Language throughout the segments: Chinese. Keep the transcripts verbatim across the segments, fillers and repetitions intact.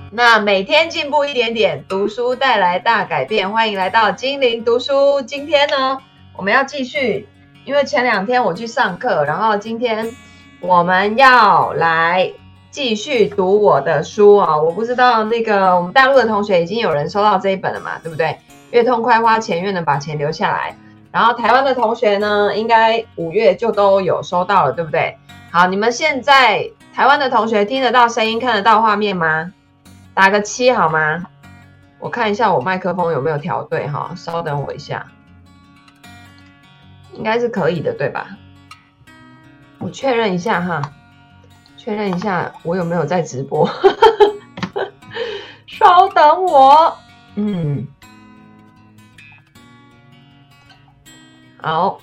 那每天进步一点点，读书带来大改变。欢迎来到精灵读书。今天呢，我们要继续，因为前两天我去上课，然后今天我们要来继续读我的书啊。我不知道那个我们大陆的同学已经有人收到这一本了嘛，对不对？越痛快花钱，越能把钱留下来。然后台湾的同学呢，应该五月就都有收到了，对不对？好，你们现在台湾的同学听得到声音，看得到画面吗？打个七好吗？我看一下我麦克风有没有调对哈，稍等我一下，应该是可以的，对吧？我确认一下哈，确认一下我有没有在直播。稍等我，嗯，好，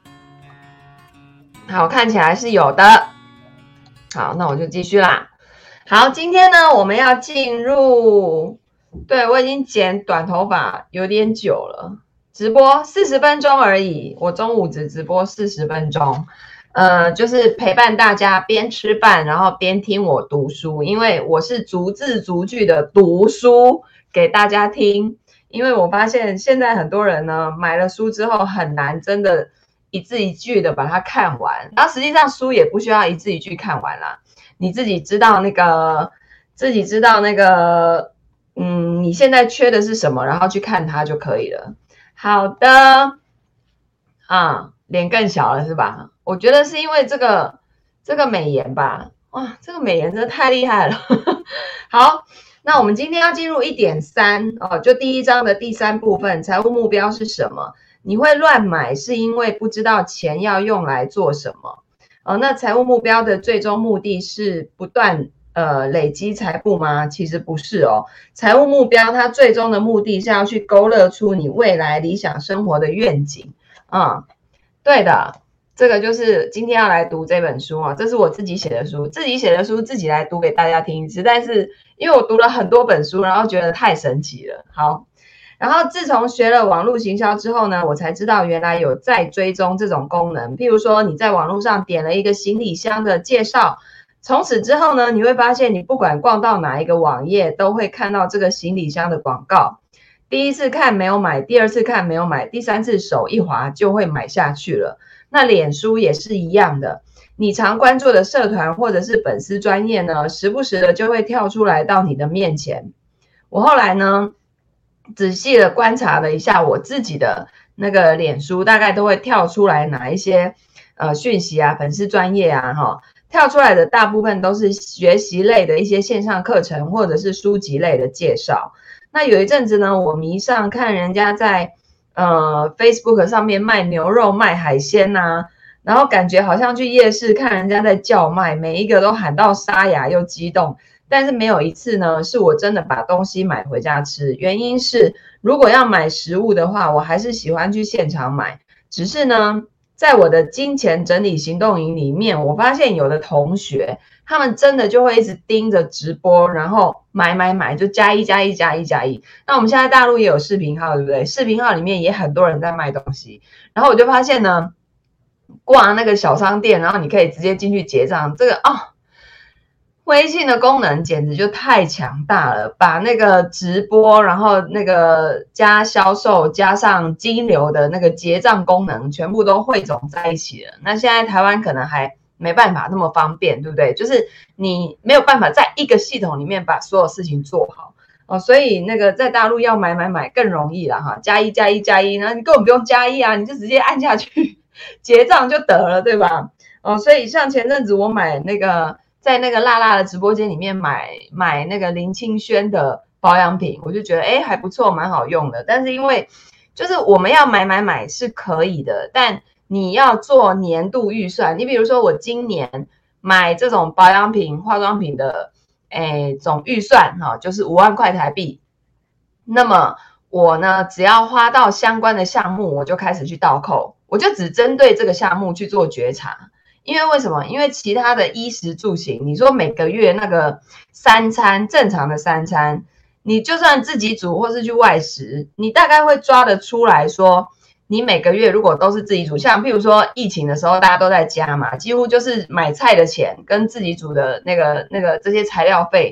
好，看起来是有的。好，那我就继续啦。好，今天呢，我们要进入，对，我已经剪短头发有点久了，直播四十分钟而已，我中午只直播四十分钟，呃，就是陪伴大家边吃饭，然后边听我读书，因为我是逐字逐句的读书给大家听，因为我发现现在很多人呢，买了书之后很难真的一字一句的把它看完，然后实际上书也不需要一字一句看完啦。你自己知道那个，自己知道那个，嗯，你现在缺的是什么，然后去看它就可以了。好的，啊，脸更小了是吧？我觉得是因为这个这个美颜吧，哇，这个美颜真的太厉害了。好，那我们今天要进入 一点三 哦，就第一章的第三部分，财务目标是什么？你会乱买是因为不知道钱要用来做什么。哦，那财务目标的最终目的是不断呃累积财富吗？其实不是哦，财务目标它最终的目的是要去勾勒出你未来理想生活的愿景啊、嗯。对的，这个就是今天要来读这本书啊，这是我自己写的书，自己写的书自己来读给大家听，实在是因为我读了很多本书，然后觉得太神奇了。好。然后自从学了网络行销之后呢，我才知道原来有再追踪这种功能。譬如说你在网络上点了一个行李箱的介绍，从此之后呢，你会发现你不管逛到哪一个网页，都会看到这个行李箱的广告。第一次看没有买，第二次看没有买，第三次手一滑就会买下去了。那脸书也是一样的，你常关注的社团或者是粉丝专页呢，时不时的就会跳出来到你的面前。我后来呢，仔细的观察了一下我自己的那个脸书，大概都会跳出来哪一些呃讯息啊、粉丝专页啊，哈，跳出来的大部分都是学习类的一些线上课程或者是书籍类的介绍。那有一阵子呢，我迷上看人家在呃 Facebook 上面卖牛肉、卖海鲜啊，然后感觉好像去夜市看人家在叫卖，每一个都喊到沙哑又激动。但是没有一次呢，是我真的把东西买回家吃。原因是，如果要买食物的话，我还是喜欢去现场买。只是呢，在我的金钱整理行动营里面，我发现有的同学，他们真的就会一直盯着直播，然后买买买，就加一加一加一加一。那我们现在大陆也有视频号，对不对？视频号里面也很多人在卖东西。然后我就发现呢，逛那个小商店，然后你可以直接进去结账，这个哦。微信的功能简直就太强大了，把那个直播，然后那个加销售，加上金流的那个结账功能，全部都汇总在一起了。那现在台湾可能还没办法那么方便，对不对？就是你没有办法在一个系统里面把所有事情做好哦，所以那个在大陆要买买买更容易了哈，加一加一加一，然后你根本不用加一啊，你就直接按下去结账就得了，对吧？哦，所以像前阵子我买那个。在那个辣辣的直播间里面买买那个林清轩的保养品，我就觉得哎还不错，蛮好用的。但是因为就是我们要买买买是可以的，但你要做年度预算。你比如说我今年买这种保养品、化妆品的哎总预算哈、哦，就是五万块台币。那么我呢，只要花到相关的项目，我就开始去倒扣，我就只针对这个项目去做觉察。因为为什么？因为其他的衣食住行，你说每个月那个三餐正常的三餐，你就算自己煮或是去外食，你大概会抓得出来说，你每个月如果都是自己煮，像譬如说疫情的时候大家都在家嘛，几乎就是买菜的钱跟自己煮的那个那个这些材料费，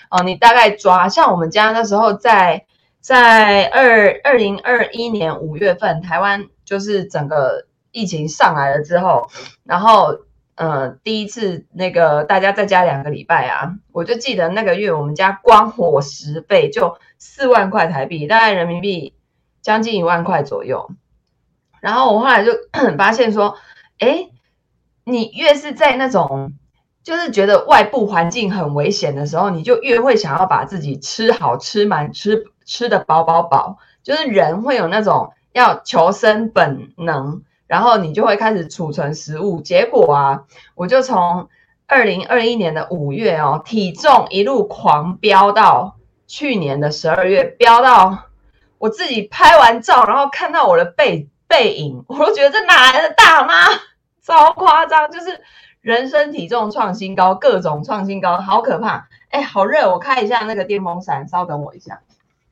哦，你大概抓，像我们家那时候在在二二零二一年五月份，台湾就是整个疫情上来了之后，然后呃第一次那个大家在家两个礼拜啊，我就记得那个月我们家光伙食费就四万块台币，大概人民币将近一万块左右。然后我后来就发现说，哎，你越是在那种就是觉得外部环境很危险的时候，你就越会想要把自己吃好吃满吃吃得饱饱饱，就是人会有那种要求生本能，然后你就会开始储存食物。结果啊，我就从二零二一年的五月哦，体重一路狂飙到去年的十二月，飙到我自己拍完照，然后看到我的背背影，我都觉得这哪来的大妈，超夸张，就是人生体重创新高，各种创新高，好可怕！哎，好热，我开一下那个电风扇，稍等我一下。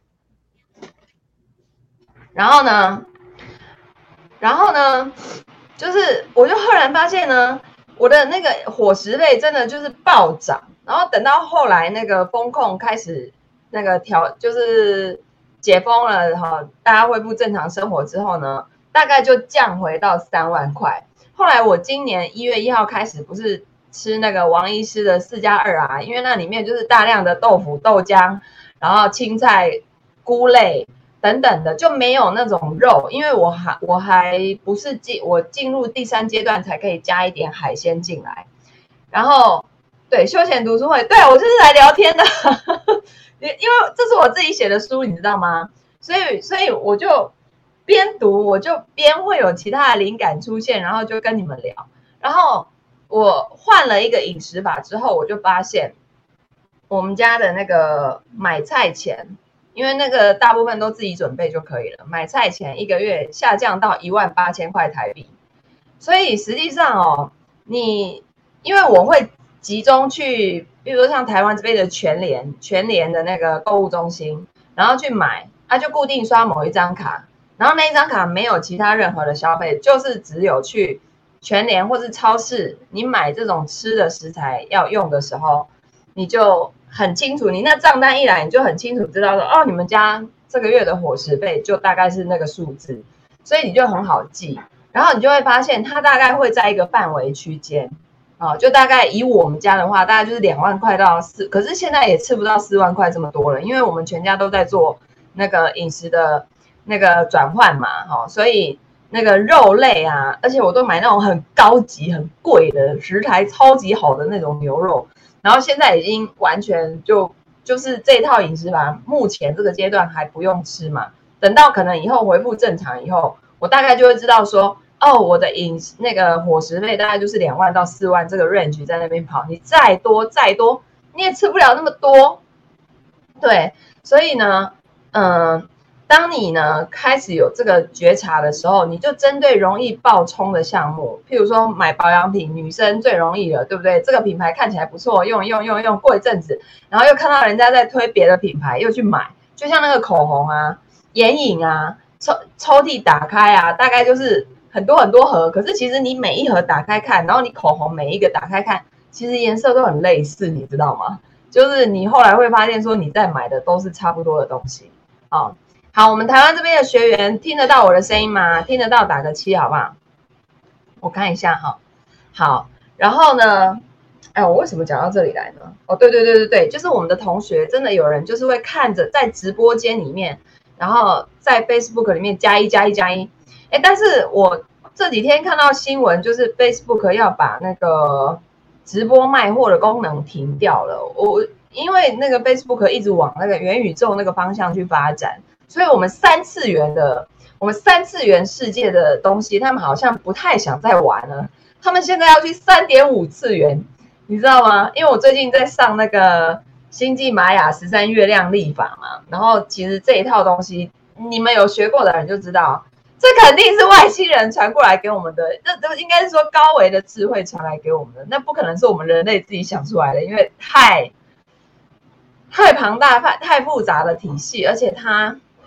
然后呢，然后呢，就是我就赫然发现呢，我的那个伙食费真的就是暴涨。然后等到后来那个风控开始那个调，就是解封了哈，大家恢复正常生活之后呢，大概就降回到三万块。后来我今年一月一号开始不是吃那个王医师的四加二啊，因为那里面就是大量的豆腐、豆浆，然后青菜、菇类等等的，就没有那种肉，因为我还我还不是进我进入第三阶段才可以加一点海鲜进来。然后对休闲读书会，对我就是来聊天的，因为这是我自己写的书，你知道吗？所以所以我就边读我就边会有其他的灵感出现，然后就跟你们聊。然后我换了一个饮食法之后，我就发现我们家的那个买菜钱，因为那个大部分都自己准备就可以了，买菜钱一个月下降到一万八千块台币。所以实际上哦，你因为我会集中去，比如说像台湾这边的全联，全联的那个购物中心，然后去买，他、啊、就固定刷某一张卡。然后那一张卡没有其他任何的消费，就是只有去全联或是超市，你买这种吃的食材要用的时候，你就很清楚，你那账单一来，你就很清楚知道说，哦，你们家这个月的伙食费就大概是那个数字，所以你就很好记。然后你就会发现，它大概会在一个范围区间，哦，就大概以我们家的话，大概就是两万块到四，可是现在也吃不到四万块这么多了，因为我们全家都在做那个饮食的那个转换嘛，哦，所以那个肉类啊，而且我都买那种很高级、很贵的食材，超级好的那种牛肉，然后现在已经完全就就是这套饮食法，目前这个阶段还不用吃嘛，等到可能以后恢复正常以后，我大概就会知道说，哦，我的饮食那个伙食费大概就是两万到四万这个 range 在那边跑，你再多再多你也吃不了那么多，对，所以呢，嗯、呃。当你呢开始有这个觉察的时候，你就针对容易爆冲的项目，譬如说买保养品，女生最容易了，对不对？这个品牌看起来不错，用用用用，过一阵子，然后又看到人家在推别的品牌，又去买，就像那个口红啊、眼影啊，抽抽屉打开啊，大概就是很多很多盒，可是其实你每一盒打开看，然后你口红每一个打开看，其实颜色都很类似，你知道吗？就是你后来会发现说你在买的都是差不多的东西啊。哦好，我们台湾这边的学员听得到我的声音吗？听得到打个七好不好？我看一下哈。好，然后呢，哎，我为什么讲到这里来呢？哦，对对对对对，就是我们的同学真的有人就是会看着在直播间里面，然后在 Facebook 里面加一加一加一。哎，但是我这几天看到新闻，就是 Facebook 要把那个直播卖货的功能停掉了。我因为那个 Facebook 一直往那个元宇宙那个方向去发展。所以我们三次元的，我们三次元世界的东西，他们好像不太想再玩了。他们现在要去三点五次元，你知道吗？因为我最近在上那个星际玛雅十三月亮历法嘛，然后其实这一套东西，你们有学过的人就知道，这肯定是外星人传过来给我们的，这这应该是说高维的智慧传来给我们的，那不可能是我们人类自己想出来的，因为太太庞大、太太复杂的体系，而且它。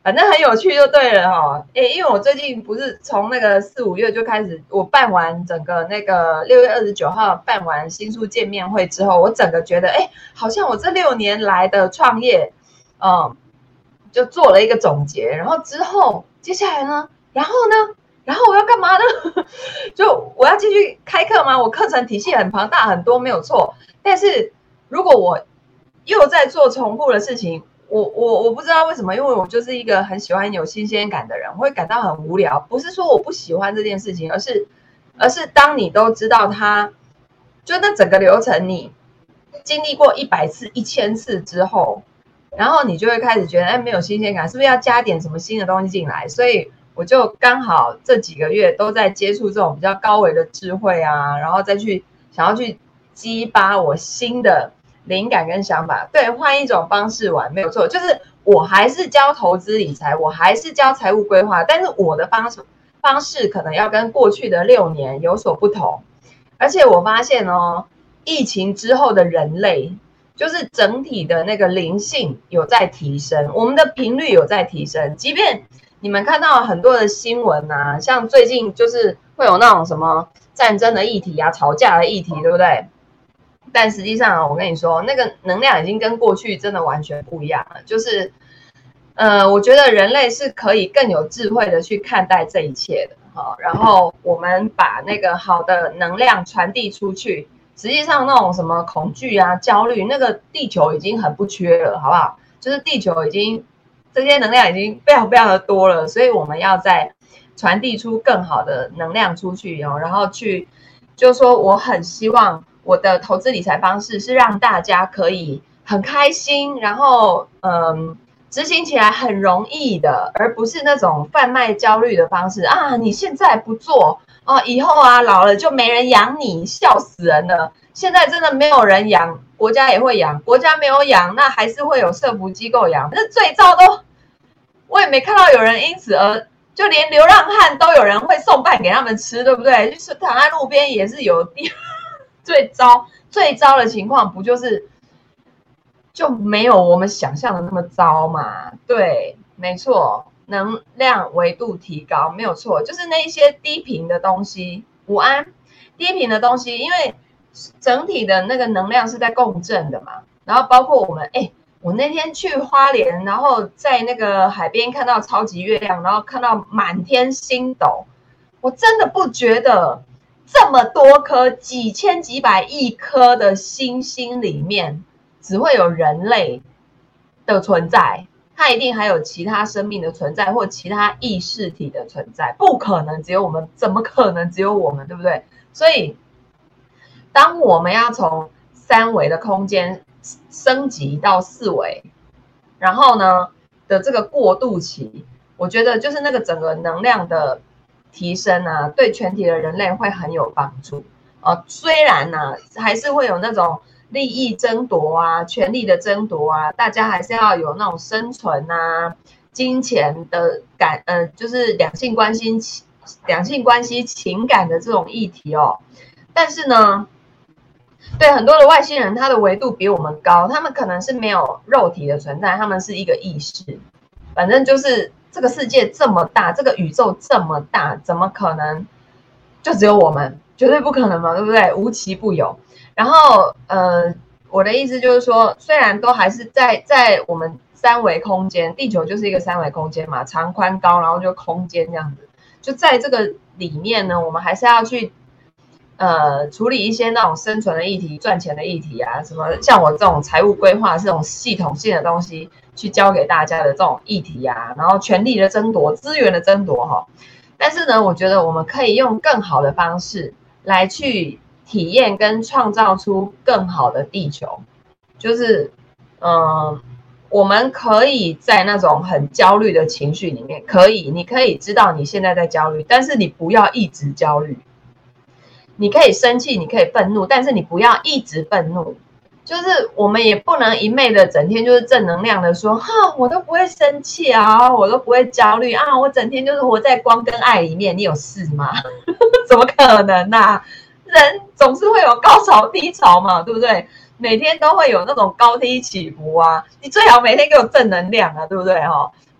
反正很有趣就对了哈。诶，因为我最近不是从那个四五月就开始，我办完整个那个六月二十九号办完新书见面会之后，我整个觉得，诶，好像我这六年来的创业，嗯，就做了一个总结。然后之后接下来呢，然后呢，然后我要干嘛呢？就我要继续开课吗？我课程体系很庞大很多，没有错。但是如果我又在做重复的事情，我我我不知道为什么，因为我就是一个很喜欢有新鲜感的人，我会感到很无聊。不是说我不喜欢这件事情，而是而是当你都知道它，就那整个流程你经历过一百次、一千次之后，然后你就会开始觉得，哎，没有新鲜感，是不是要加点什么新的东西进来？所以我就刚好这几个月都在接触这种比较高维的智慧啊，然后再去想要去激发我新的灵感跟想法。对，换一种方式玩没有错，就是我还是教投资理财，我还是教财务规划，但是我的方式方式可能要跟过去的六年有所不同。而且我发现哦，疫情之后的人类，就是整体的那个灵性有在提升，我们的频率有在提升。即便你们看到很多的新闻啊，像最近就是会有那种什么战争的议题啊、吵架的议题，对不对？但实际上，我跟你说，那个能量已经跟过去真的完全不一样了。就是，呃，我觉得人类是可以更有智慧的去看待这一切的。好，然后我们把那个好的能量传递出去。实际上，那种什么恐惧啊、焦虑，那个地球已经很不缺了，好不好？就是地球已经这些能量已经非常非常的多了，所以我们要再传递出更好的能量出去哦，然后去就说我很希望我的投资理财方式是让大家可以很开心，然后嗯。执行起来很容易的，而不是那种贩卖焦虑的方式啊！你现在不做哦，以后啊老了就没人养你，笑死人了。现在真的没有人养，国家也会养，国家没有养，那还是会有社福机构养。那最糟都，我也没看到有人因此而，就连流浪汉都有人会送饭给他们吃，对不对？就是躺在路边也是有地，最糟最糟的情况不就是？就没有我们想象的那么糟嘛。对，没错，能量维度提高没有错，就是那一些低频的东西。午安，低频的东西，因为整体的那个能量是在共振的嘛。然后包括我们，哎，我那天去花莲，然后在那个海边看到超级月亮，然后看到满天星斗，我真的不觉得这么多颗几千几百亿颗的星星里面。只会有人类的存在，它一定还有其他生命的存在，或其他意识体的存在，不可能只有我们，怎么可能只有我们，对不对？所以，当我们要从三维的空间升级到四维，然后呢的这个过渡期，我觉得就是那个整个能量的提升啊，对全体的人类会很有帮助。呃，虽然呢、啊，还是会有那种。利益争夺啊，权力的争夺啊，大家还是要有那种生存啊、金钱的感，呃，就是两性关系、两性关系情感的这种议题哦。但是呢，对很多的外星人，他的维度比我们高，他们可能是没有肉体的存在，他们是一个意识。反正就是这个世界这么大，这个宇宙这么大，怎么可能就只有我们？绝对不可能嘛，对不对？无奇不有。然后，呃，我的意思就是说，虽然都还是在在我们三维空间，地球就是一个三维空间嘛，长宽高，然后就空间这样子，就在这个里面呢，我们还是要去呃处理一些那种生存的议题、赚钱的议题啊，什么像我这种财务规划这种系统性的东西，去教给大家的这种议题啊，然后权力的争夺、资源的争夺哈。但是呢，我觉得我们可以用更好的方式来去。体验跟创造出更好的地球，就是，嗯、呃，我们可以在那种很焦虑的情绪里面，可以，你可以知道你现在在焦虑，但是你不要一直焦虑。你可以生气，你可以愤怒，但是你不要一直愤怒。就是我们也不能一昧的整天就是正能量的说，哈，我都不会生气啊，我都不会焦虑啊，我整天就是活在光跟爱里面，你有事吗？怎么可能啊？人总是会有高潮低潮嘛，对不对？每天都会有那种高低起伏啊，你最好每天给我正能量啊，对不对哈？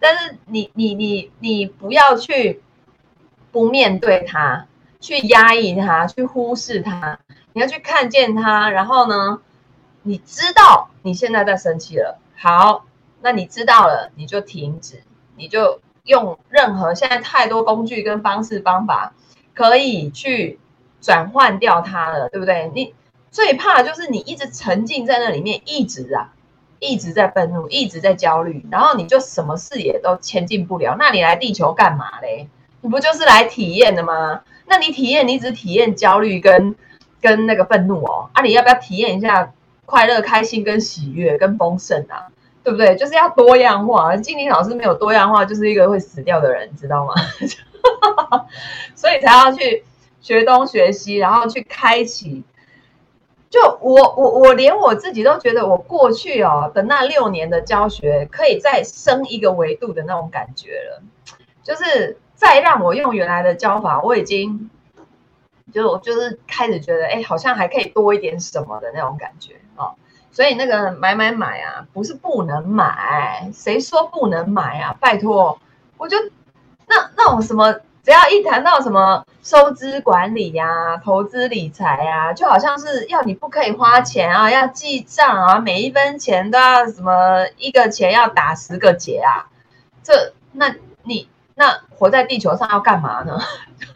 但是你你你你不要去不面对它，去压抑它，去忽视它，你要去看见它，然后呢，你知道你现在在生气了，好，那你知道了，你就停止，你就用任何现在太多工具跟方式方法可以去转换掉它了，对不对？你最怕的就是你一直沉浸在那里面，一直啊，一直在愤怒，一直在焦虑，然后你就什么事也都前进不了。那你来地球干嘛嘞？你不就是来体验的吗？那你体验，你只体验焦虑跟跟那个愤怒哦，啊，你要不要体验一下快乐、开心跟喜悦跟丰盛啊？对不对？就是要多样化。金玲老师没有多样化，就是一个会死掉的人，知道吗？所以才要去学东学西，然后去开启。就我我我连我自己都觉得，我过去哦的那六年的教学，可以再升一个维度的那种感觉了。就是再让我用原来的教法，我已经就就是开始觉得，哎，好像还可以多一点什么的那种感觉哦。所以那个买买买啊，不是不能买，谁说不能买啊？拜托，我就那那种什么，只要一谈到什么收支管理啊、投资理财啊，就好像是要你不可以花钱啊，要记账啊，每一分钱都要什么一个钱要打十个结啊。这那你那活在地球上要干嘛呢？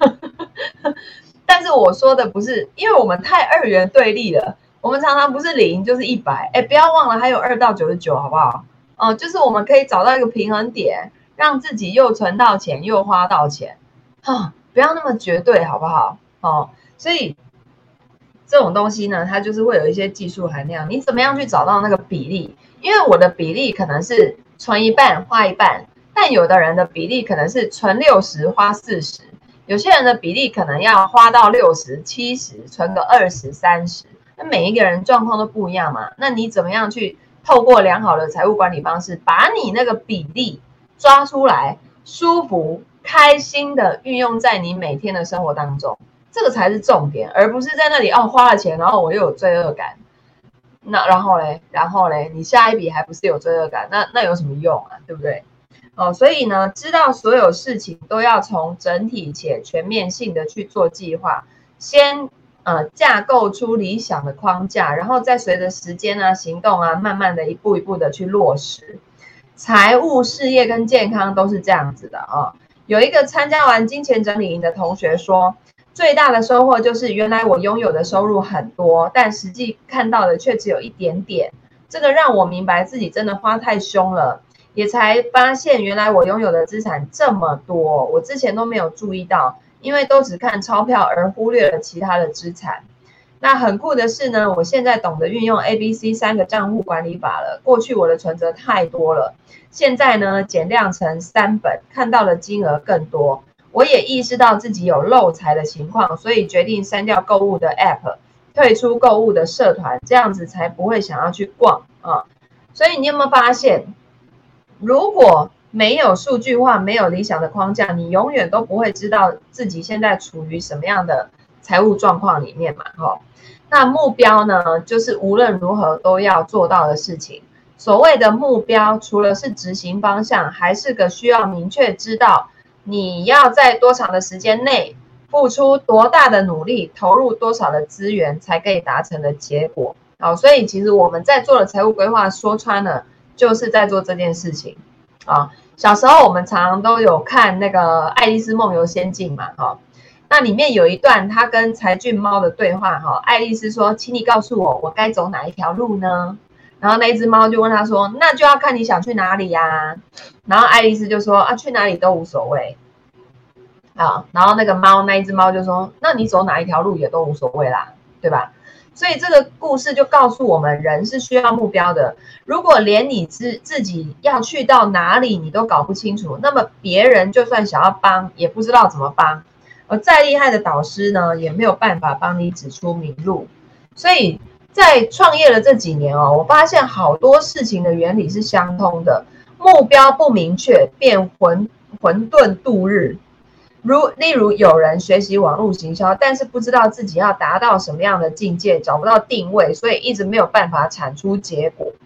但是我说的不是，因为我们太二元对立了。我们常常不是零就是一百，哎，不要忘了还有二到九十九，好不好？哦、呃，就是我们可以找到一个平衡点，让自己又存到钱又花到钱，啊，不要那么绝对，好不好？哦，所以这种东西呢，它就是会有一些技术含量，你怎么样去找到那个比例？因为我的比例可能是存一半花一半，但有的人的比例可能是存六十花四十，有些人的比例可能要花到六十七十，存个二十三十。那每一个人状况都不一样嘛，那你怎么样去透过良好的财务管理方式，把你那个比例抓出来，舒服、开心的运用在你每天的生活当中，这个才是重点，而不是在那里哦花了钱，然后我又有罪恶感。那然后嘞，然后嘞，你下一笔还不是有罪恶感？那那有什么用啊？对不对？哦，所以呢，知道所有事情都要从整体且全面性的去做计划，先。呃，架构出理想的框架，然后再随着时间啊、行动啊，慢慢的一步一步的去落实。财务、事业跟健康都是这样子的啊。有一个参加完金钱整理营的同学说，最大的收获就是原来我拥有的收入很多，但实际看到的却只有一点点。这个让我明白自己真的花太凶了，也才发现原来我拥有的资产这么多，我之前都没有注意到。因为都只看钞票而忽略了其他的资产。那很酷的是呢，我现在懂得运用 A、B、C 三个账户管理法了。过去我的存折太多了，现在呢减量成三本，看到的金额更多。我也意识到自己有漏财的情况，所以决定删掉购物的 App， 退出购物的社团，这样子才不会想要去逛啊。所以你有没有发现，如果没有数据化，没有理想的框架，你永远都不会知道自己现在处于什么样的财务状况里面嘛，齁。那目标呢，就是无论如何都要做到的事情。所谓的目标，除了是执行方向，还是个需要明确知道你要在多长的时间内付出多大的努力，投入多少的资源才可以达成的结果。好，所以其实我们在做的财务规划，说穿了就是在做这件事情。啊，小时候我们常常都有看那个《爱丽丝梦游仙境》嘛，哈，那里面有一段他跟柴郡猫的对话，哈，爱丽丝说：“请你告诉我，我该走哪一条路呢？”然后那只猫就问他说：“那就要看你想去哪里呀。”然后爱丽丝就说：“啊，去哪里都无所谓。”啊，然后那个猫，那一只猫就说：“那你走哪一条路也都无所谓啦，对吧？”所以这个故事就告诉我们，人是需要目标的。如果连你自自己要去到哪里你都搞不清楚，那么别人就算想要帮，也不知道怎么帮。而再厉害的导师呢，也没有办法帮你指出明路。所以在创业的这几年哦，我发现好多事情的原理是相通的。目标不明确，便混混沌度日。如例如有人学习网络行销，但是不知道自己要达到什么样的境界，找不到定位，所以一直没有办法产出结果。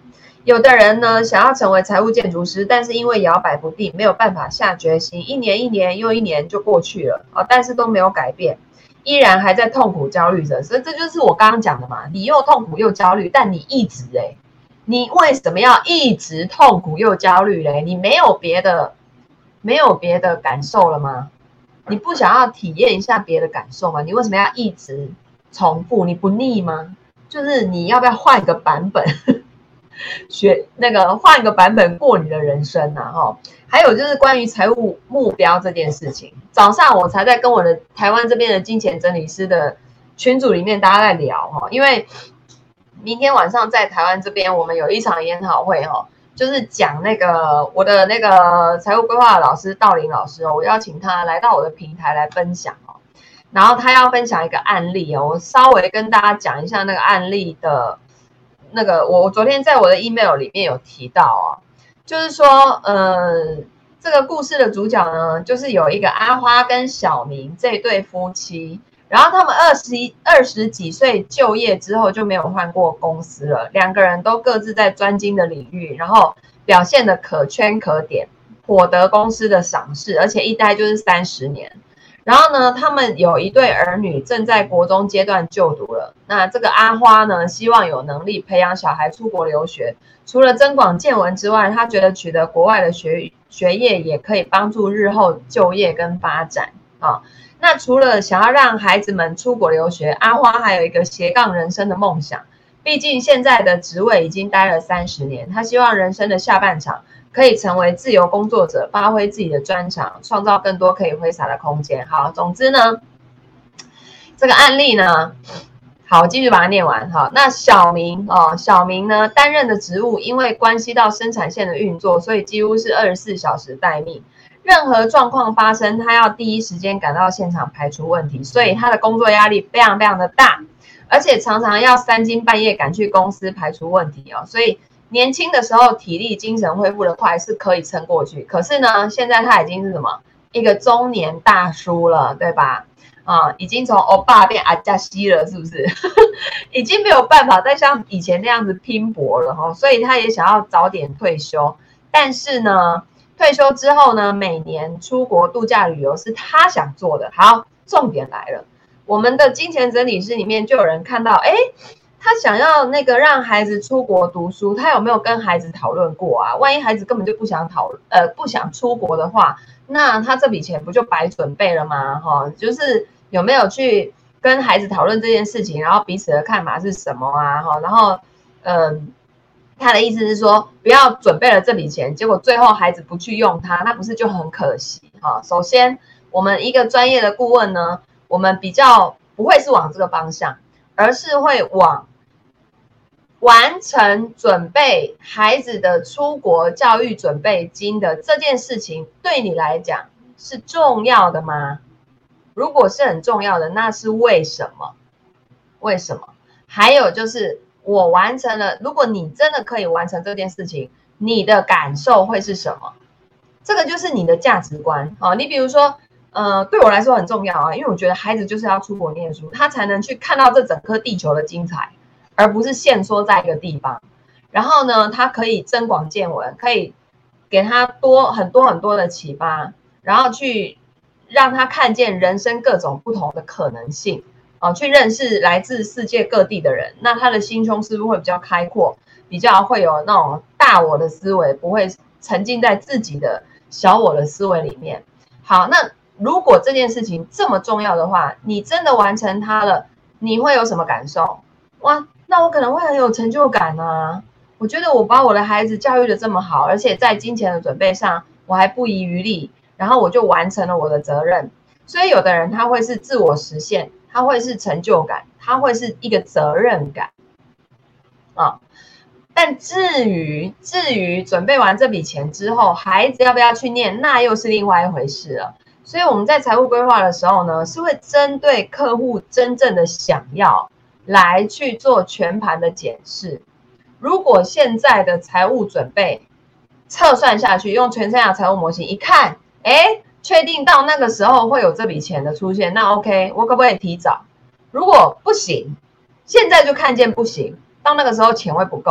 有的人呢，想要成为财务建筑师，但是因为摇摆不定，没有办法下决心，一年一年又一年就过去了啊，但是都没有改变，依然还在痛苦焦虑着。所以这就是我刚刚讲的嘛，你又痛苦又焦虑，但你一直哎，你为什么要一直痛苦又焦虑嘞？你没有别的，没有别的感受了吗？你不想要体验一下别的感受吗？你为什么要一直重复？你不腻吗？就是你要不要换个版本？学那个换一个版本过你的人生啊哈，还有就是关于财务目标这件事情，早上我才在跟我的台湾这边的金钱整理师的群组里面大家在聊哈，因为明天晚上在台湾这边我们有一场研讨会哈，就是讲那个我的那个财务规划的老师道林老师哦，我邀请他来到我的平台来分享哦，然后他要分享一个案例哦，我稍微跟大家讲一下那个案例的。那个我我昨天在我的 email 里面有提到啊，就是说，呃，这个故事的主角呢，就是有一个阿花跟小明这对夫妻，然后他们二十一二十几岁就业之后就没有换过公司了，两个人都各自在专精的领域，然后表现的可圈可点，获得公司的赏识，而且一待就是三十年。然后呢，他们有一对儿女正在国中阶段就读了。那这个阿花呢，希望有能力培养小孩出国留学。除了增广见闻之外，他觉得取得国外的学学业也可以帮助日后就业跟发展啊。那除了想要让孩子们出国留学，阿花还有一个斜杠人生的梦想。毕竟现在的职位已经待了三十年，他希望人生的下半场可以成为自由工作者，发挥自己的专长，创造更多可以挥洒的空间。好，总之呢，这个案例呢，好，我继续把它念完。好，那小明哦，小明呢担任的职务，因为关系到生产线的运作，所以几乎是二十四小时待命。任何状况发生，他要第一时间赶到现场排除问题，所以他的工作压力非常非常的大，而且常常要三更半夜赶去公司排除问题哦，所以。年轻的时候体力精神恢复的快是可以撑过去，可是呢，现在他已经是什么一个中年大叔了，对吧？啊，已经从欧巴变阿加西了，是不是？已经没有办法再像以前那样子拼搏了哈，所以他也想要早点退休。但是呢，退休之后呢，每年出国度假旅游是他想做的。好，重点来了，我们的金钱整理师里面就有人看到，哎。他想要那个让孩子出国读书，他有没有跟孩子讨论过啊？万一孩子根本就不想讨呃不想出国的话，那他这笔钱不就白准备了吗？哈、哦，就是有没有去跟孩子讨论这件事情，然后彼此的看法是什么啊？哈、哦，然后嗯、呃，他的意思是说，不要准备了这笔钱，结果最后孩子不去用它，那不是就很可惜？哈、哦，首先我们一个专业的顾问呢，我们比较不会是往这个方向，而是会往完成准备孩子的出国教育准备金的这件事情，对你来讲是重要的吗？如果是很重要的，那是为什么？为什么？还有就是我完成了，如果你真的可以完成这件事情，你的感受会是什么？这个就是你的价值观。哦，你比如说，呃，对我来说很重要啊，因为我觉得孩子就是要出国念书，他才能去看到这整颗地球的精彩。而不是限缩在一个地方，然后呢，他可以增广见闻，可以给他多很多很多的启发，然后去让他看见人生各种不同的可能性，哦，去认识来自世界各地的人，那他的心胸是不是会比较开阔，比较会有那种大我的思维，不会沉浸在自己的小我的思维里面。好，那如果这件事情这么重要的话，你真的完成它了，你会有什么感受？哇！那我可能会很有成就感啊！我觉得我把我的孩子教育的这么好，而且在金钱的准备上我还不遗余力，然后我就完成了我的责任。所以有的人他会是自我实现，他会是成就感，他会是一个责任感啊。但至于至于准备完这笔钱之后，孩子要不要去念，那又是另外一回事了。所以我们在财务规划的时候呢，是会针对客户真正的想要来去做全盘的检视。如果现在的财务准备测算下去，用全生涯财务模型一看，哎，确定到那个时候会有这笔钱的出现，那 OK， 我可不可以提早？如果不行，现在就看见不行，到那个时候钱会不够，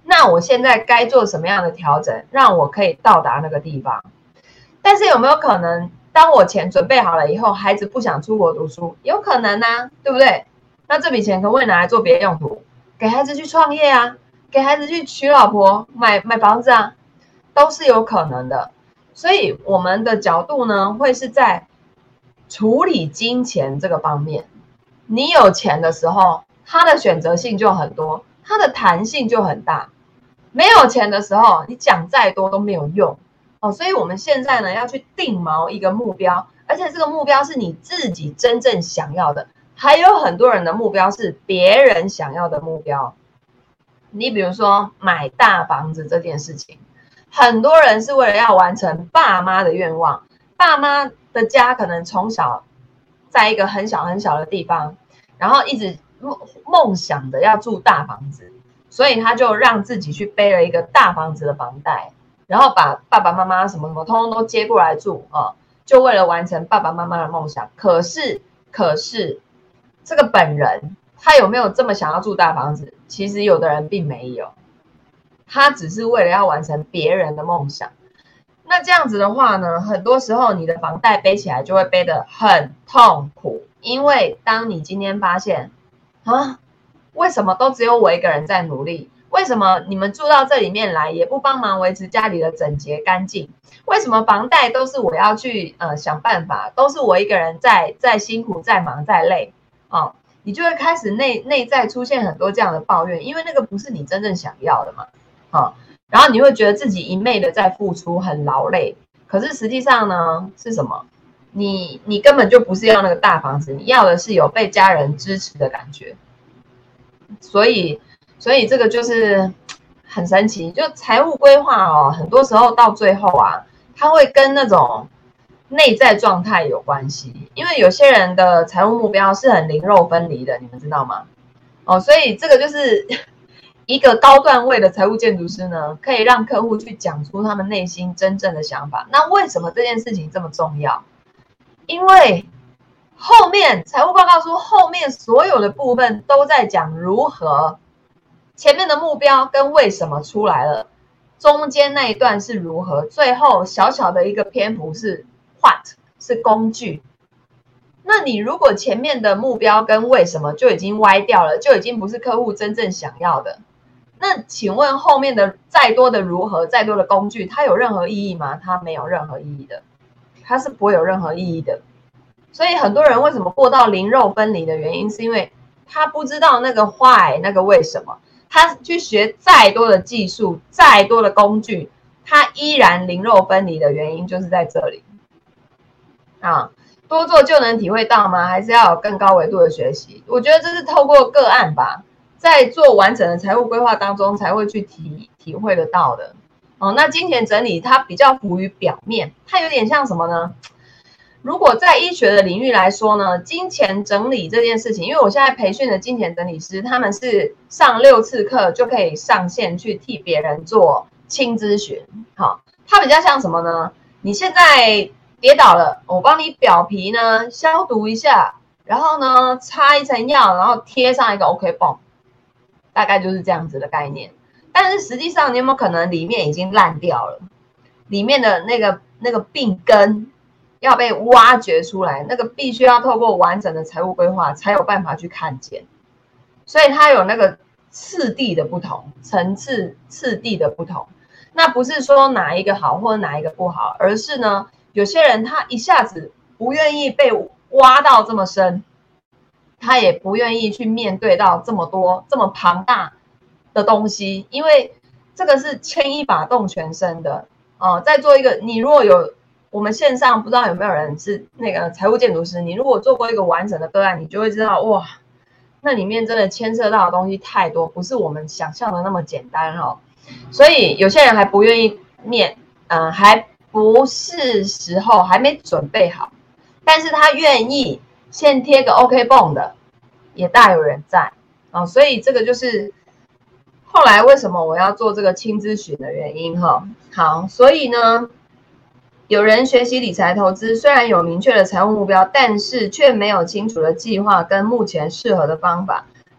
那我现在该做什么样的调整，让我可以到达那个地方？但是有没有可能，当我钱准备好了以后，孩子不想出国读书，有可能啊，对不对？那这笔钱可不可以拿来做别的用途？给孩子去创业啊，给孩子去娶老婆、买买房子啊，都是有可能的。所以我们的角度呢，会是在处理金钱这个方面。你有钱的时候，它的选择性就很多，它的弹性就很大。没有钱的时候，你讲再多都没有用哦。所以我们现在呢，要去定锚一个目标，而且这个目标是你自己真正想要的。还有很多人的目标是别人想要的目标。你比如说买大房子这件事情，很多人是为了要完成爸妈的愿望。爸妈的家可能从小在一个很小很小的地方，然后一直梦想的要住大房子，所以他就让自己去背了一个大房子的房贷，然后把爸爸妈妈什么什么通通都接过来住啊，就为了完成爸爸妈妈的梦想。可是，可是这个本人他有没有这么想要住大房子？其实有的人并没有，他只是为了要完成别人的梦想。那这样子的话呢，很多时候你的房贷背起来就会背得很痛苦，因为当你今天发现啊，为什么都只有我一个人在努力？为什么你们住到这里面来也不帮忙维持家里的整洁干净？为什么房贷都是我要去呃想办法，都是我一个人在在辛苦、在忙、在累啊、哦？你就会开始内内在出现很多这样的抱怨，因为那个不是你真正想要的嘛，啊、哦，然后你会觉得自己一昧的在付出，很劳累。可是实际上呢，是什么？你你根本就不是要那个大房子，你要的是有被家人支持的感觉。所以，所以这个就是很神奇。就财务规划哦，很多时候到最后啊，它会跟那种内在状态有关系。因为有些人的财务目标是很灵肉分离的，你们知道吗？哦，所以这个就是一个高段位的财务建筑师呢，可以让客户去讲出他们内心真正的想法。那为什么这件事情这么重要？因为后面财务报告书后面所有的部分都在讲如何，前面的目标跟为什么出来了，中间那一段是如何，最后小小的一个篇幅是 what， 是工具。那你如果前面的目标跟为什么就已经歪掉了，就已经不是客户真正想要的，那请问后面的再多的如何，再多的工具，它有任何意义吗？它没有任何意义的，它是不会有任何意义的。所以很多人为什么过到灵肉分离的原因，是因为他不知道那个 why， 那个为什么，他去学再多的技术，再多的工具，他依然灵肉分离的原因就是在这里啊。多做就能体会到吗？还是要有更高维度的学习？我觉得这是透过个案吧，在做完整的财务规划当中才会去体体会得到的。哦，那金钱整理它比较浮于表面，它有点像什么呢？如果在医学的领域来说呢，金钱整理这件事情，因为我现在培训的金钱整理师，他们是上六次课就可以上线去替别人做轻咨询。好，它比较像什么呢？你现在跌倒了，我帮你表皮呢消毒一下，然后呢擦一层药，然后贴上一个 OK 绷，大概就是这样子的概念。但是实际上，你有没有可能里面已经烂掉了？里面的那个那个病根要被挖掘出来，那个必须要透过完整的财务规划才有办法去看见。所以它有那个次第的不同，层次次第的不同。那不是说哪一个好或者哪一个不好，而是呢，有些人他一下子不愿意被挖到这么深，他也不愿意去面对到这么多这么庞大的东西，因为这个是牵一发动全身的哦、呃。再做一个，你如果有我们线上不知道有没有人是那个财务建筑师，你如果做过一个完整的个案，你就会知道哇，那里面真的牵涉到的东西太多，不是我们想象的那么简单哦。所以有些人还不愿意面，嗯、呃，还不是时候，还没准备好，但是他愿意先贴个 OK 绷的，也大有人在啊、哦。所以这个就是后来为什么我要做这个轻咨询的原因哈。好，所以呢，有人学习理财投资，虽然有明确的财务目标，但是却没有清楚的计划跟目前适合的方法。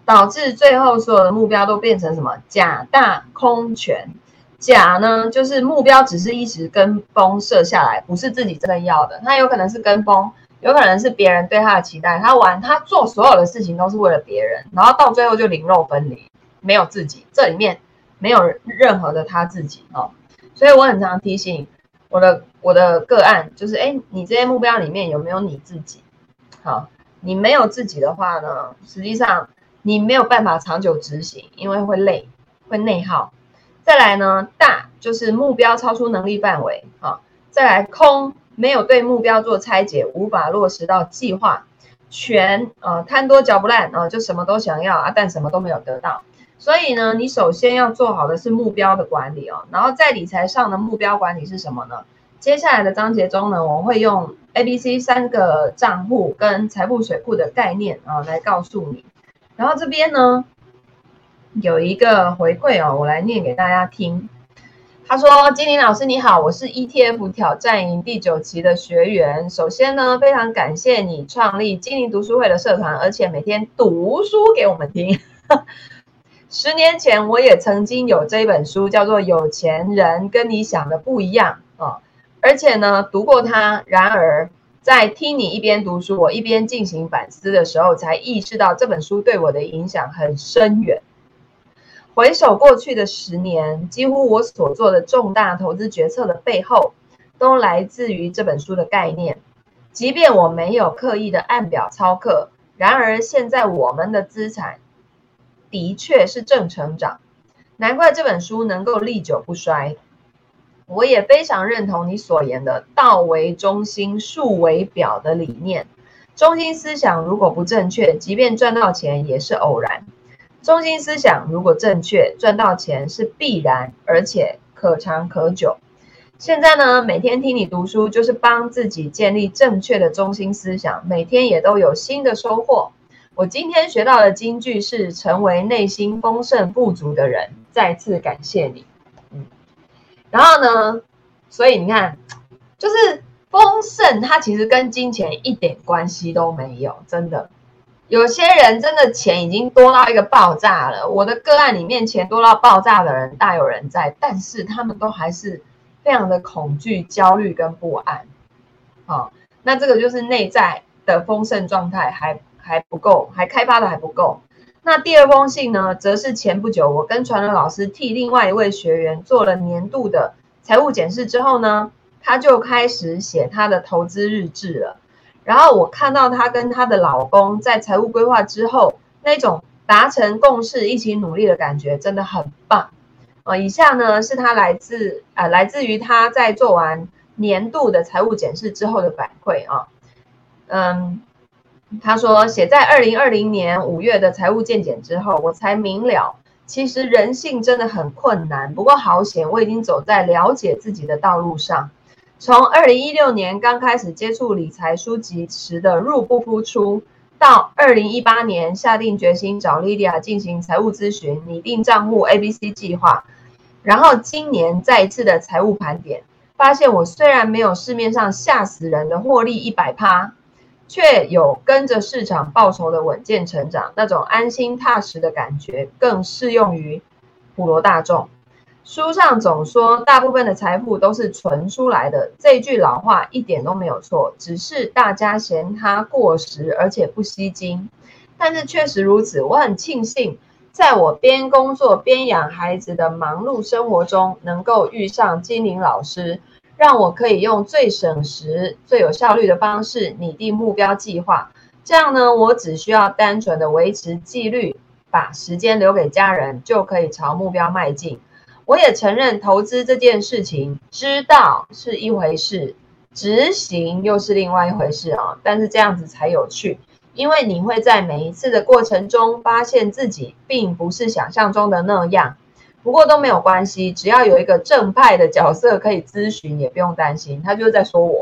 导致最后所有的目标都变成什么？假大空全。假呢，就是目标只是一时跟风设下来，不是自己真的要的。他有可能是跟风，有可能是别人对他的期待。他玩，他做所有的事情都是为了别人，然后到最后就灵肉分离，没有自己，这里面没有任何的他自己哦。所以我很常提醒我的我的个案，就是哎，你这些目标里面有没有你自己？好，你没有自己的话呢，实际上你没有办法长久执行，因为会累，会内耗。再来呢，大就是目标超出能力范围啊。再来空，没有对目标做拆解，无法落实到计划。全呃贪多嚼不烂啊，就什么都想要啊，但什么都没有得到。所以呢，你首先要做好的是目标的管理哦。然后在理财上的目标管理是什么呢？接下来的章节中呢，我会用 A B C 三个账户跟财富水库的概念啊来告诉你。然后这边呢有一个回馈哦，我来念给大家听。他说：金玲老师你好，我是 E T F 挑战营第九期的学员。首先呢，非常感谢你创立金玲读书会的社团，而且每天读书给我们听。十年前我也曾经有这一本书，叫做《有钱人跟你想的不一样》啊，而且呢读过它。然而在听你一边读书，我一边进行反思的时候，才意识到这本书对我的影响很深远。回首过去的十年，几乎我所做的重大投资决策的背后，都来自于这本书的概念。即便我没有刻意的按表操课，然而现在我们的资产的确是正成长，难怪这本书能够历久不衰。我也非常认同你所言的道为中心，术为表的理念。中心思想如果不正确，即便赚到钱也是偶然。中心思想如果正确，赚到钱是必然，而且可长可久。现在呢，每天听你读书，就是帮自己建立正确的中心思想，每天也都有新的收获。我今天学到的金句是：成为内心丰盛富足的人。再次感谢你。嗯，然后呢，所以你看，就是丰盛，它其实跟金钱一点关系都没有，真的。有些人真的钱已经多到一个爆炸了，我的个案里面钱多到爆炸的人大有人在，但是他们都还是非常的恐惧、焦虑跟不安。好，那这个就是内在的丰盛状态还还不够，还开发的还不够。那第二封信呢，则是前不久我跟传伦老师替另外一位学员做了年度的财务检视之后呢，他就开始写他的投资日志了。然后我看到她跟她的老公在财务规划之后，那种达成共识、一起努力的感觉真的很棒。呃，以下呢是她来自呃来自于她在做完年度的财务检视之后的反馈啊。嗯，她说写在二零二零年五月的财务健检之后，我才明了，其实人性真的很困难。不过好险，我已经走在了解自己的道路上。从二零一六年刚开始接触理财书籍时的入不敷出，到二零一八年下定决心找 Lydia 进行财务咨询，拟定账户 A B C 计划，然后今年再一次的财务盘点，发现我虽然没有市面上吓死人的获利 百分之百，却有跟着市场报酬的稳健成长，那种安心踏实的感觉更适用于普罗大众。书上总说大部分的财富都是存出来的，这句老话一点都没有错，只是大家嫌它过时而且不吸睛。但是确实如此，我很庆幸在我边工作边养孩子的忙碌生活中，能够遇上金玲老师，让我可以用最省时最有效率的方式拟定目标计划。这样呢，我只需要单纯的维持纪律，把时间留给家人，就可以朝目标迈进。我也承认投资这件事情，知道是一回事，执行又是另外一回事啊。但是这样子才有趣，因为你会在每一次的过程中发现自己并不是想象中的那样。不过都没有关系，只要有一个正派的角色可以咨询，也不用担心，他就是在说我。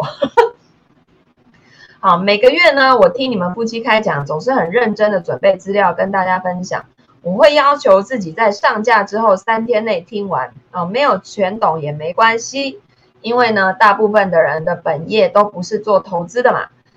好，每个月呢，我听你们夫妻开讲，总是很认真的准备资料跟大家分享。我会要求自己在上架之后三天内听完啊，没有全懂也没关系，因为呢，大部分的人的本业都不是做投资的嘛。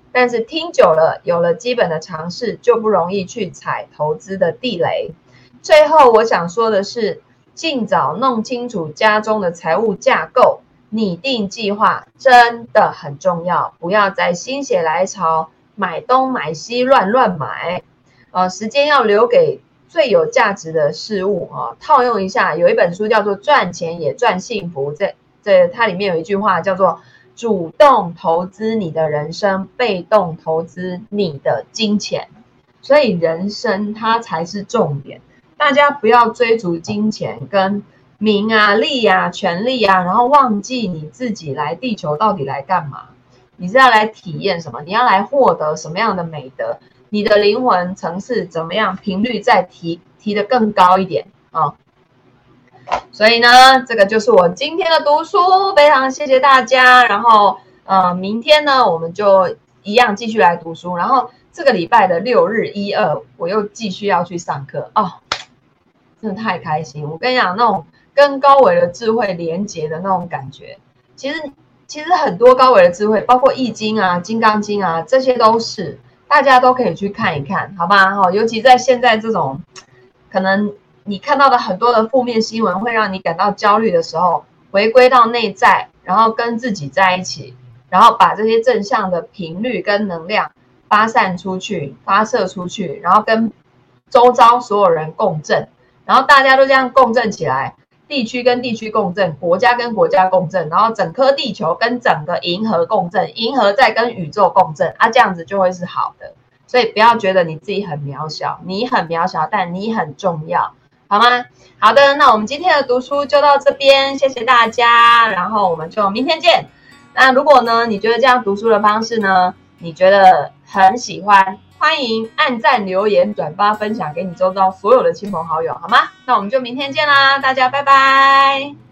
但是听久了，有了基本的常识，就不容易去踩投资的地雷。最后我想说的是，尽早弄清楚家中的财务架构，拟定计划真的很重要，不要再心血来潮买东买西乱乱买，呃，时间要留给最有价值的事物啊。套用一下，有一本书叫做《赚钱也赚幸福》，这这它里面有一句话叫做主动投资你的人生，被动投资你的金钱。所以人生它才是重点，大家不要追逐金钱跟名啊利啊权利啊，然后忘记你自己来地球到底来干嘛。你是要来体验什么？你要来获得什么样的美德？你的灵魂层次怎么样？频率再提提得更高一点啊、哦！所以呢，这个就是我今天的读书，非常谢谢大家。然后呃，明天呢，我们就一样继续来读书。然后这个礼拜的六日一二，我又继续要去上课哦，真的太开心！我跟你讲，那种跟高维的智慧连结的那种感觉，其实。其实很多高维的智慧，包括易经啊、金刚经啊，这些都是大家都可以去看一看，好吧？哈，尤其在现在这种可能你看到的很多的负面新闻，会让你感到焦虑的时候，回归到内在，然后跟自己在一起，然后把这些正向的频率跟能量发散出去、发射出去，然后跟周遭所有人共振，然后大家都这样共振起来。地区跟地区共振，国家跟国家共振，然后整颗地球跟整个银河共振，银河再跟宇宙共振啊，这样子就会是好的。所以不要觉得你自己很渺小，你很渺小，但你很重要，好吗？好的，那我们今天的读书就到这边，谢谢大家，然后我们就明天见。那如果呢，你觉得这样读书的方式呢，你觉得很喜欢，欢迎按赞、留言、转发、分享给你周遭所有的亲朋好友，好吗？那我们就明天见啦，大家拜拜。